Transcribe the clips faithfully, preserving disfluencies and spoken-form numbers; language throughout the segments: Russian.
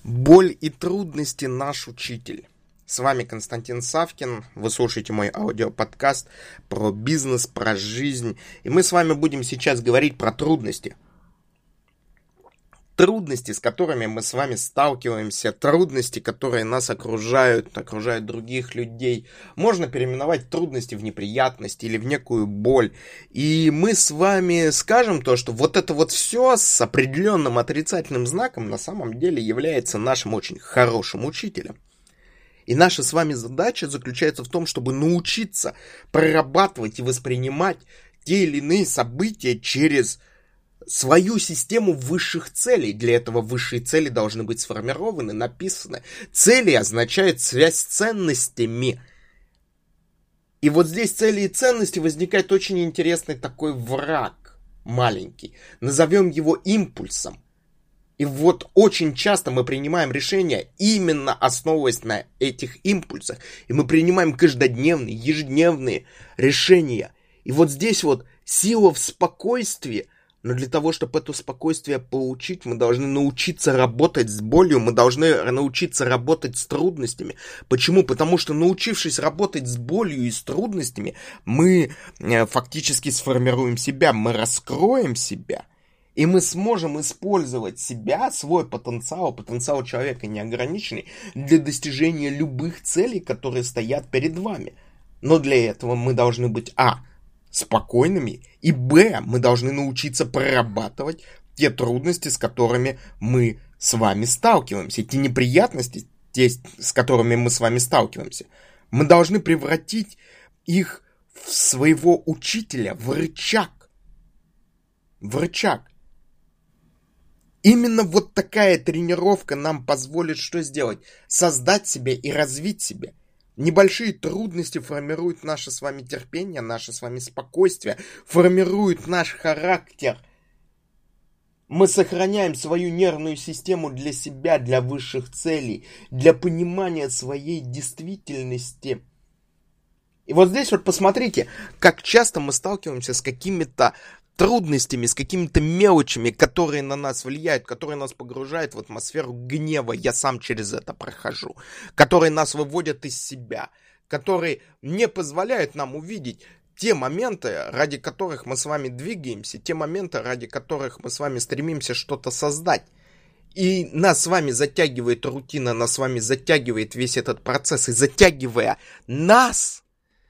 Боль и трудности — наш учитель. С вами Константин Савкин. Вы слушаете мой аудиоподкаст про бизнес, про жизнь. И мы с вами будем сейчас говорить про трудности. Трудности, с которыми мы с вами сталкиваемся, трудности, которые нас окружают, окружают других людей. Можно переименовать трудности в неприятности или в некую боль. И мы с вами скажем то, что вот это вот все с определенным отрицательным знаком на самом деле является нашим очень хорошим учителем. И наша с вами задача заключается в том, чтобы научиться прорабатывать и воспринимать те или иные события через свою систему высших целей. Для этого высшие цели должны быть сформированы, написаны. Цели означают связь с ценностями. И вот здесь цели и ценности возникает очень интересный такой враг маленький. Назовем его импульсом. И вот очень часто мы принимаем решения, именно основываясь на этих импульсах. И мы принимаем каждодневные, ежедневные решения. И вот здесь вот сила в спокойствии. Но для того, чтобы это спокойствие получить, мы должны научиться работать с болью, мы должны научиться работать с трудностями. Почему? Потому что, научившись работать с болью и с трудностями, мы фактически сформируем себя, мы раскроем себя. И мы сможем использовать себя, свой потенциал, потенциал человека неограниченный, для достижения любых целей, которые стоят перед вами. Но для этого мы должны быть а. спокойными, и б. мы должны научиться прорабатывать те трудности, с которыми мы с вами сталкиваемся, те неприятности, те, с которыми мы с вами сталкиваемся. Мы должны превратить их в своего учителя, в рычаг. В рычаг. Именно вот такая тренировка нам позволит что сделать? Создать себя и развить себя. Небольшие трудности формируют наше с вами терпение, наше с вами спокойствие, формируют наш характер. Мы сохраняем свою нервную систему для себя, для высших целей, для понимания своей действительности. И вот здесь вот посмотрите, как часто мы сталкиваемся с какими-то трудностями, с какими-то мелочами, которые на нас влияют, которые нас погружают в атмосферу гнева. Я сам через это прохожу. Которые нас выводят из себя. Которые не позволяют нам увидеть те моменты, ради которых мы с вами двигаемся. Те моменты, ради которых мы с вами стремимся что-то создать. И нас с вами затягивает рутина, нас с вами затягивает весь этот процесс. И затягивая нас,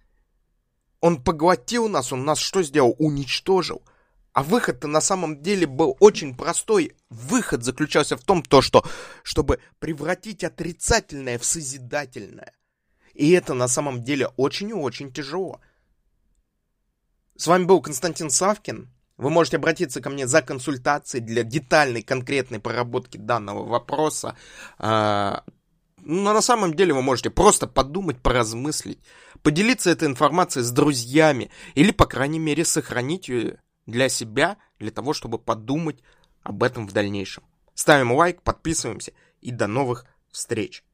он поглотил нас, он нас что сделал? Уничтожил. А выход-то на самом деле был очень простой. Выход заключался в том, то, что, чтобы превратить отрицательное в созидательное. И это на самом деле очень и очень тяжело. С вами был Константин Савкин. Вы можете обратиться ко мне за консультацией для детальной, конкретной проработки данного вопроса. Но на самом деле вы можете просто подумать, поразмыслить, поделиться этой информацией с друзьями или, по крайней мере, сохранить ее для себя, для того, чтобы подумать об этом в дальнейшем. Ставим лайк, подписываемся и до новых встреч.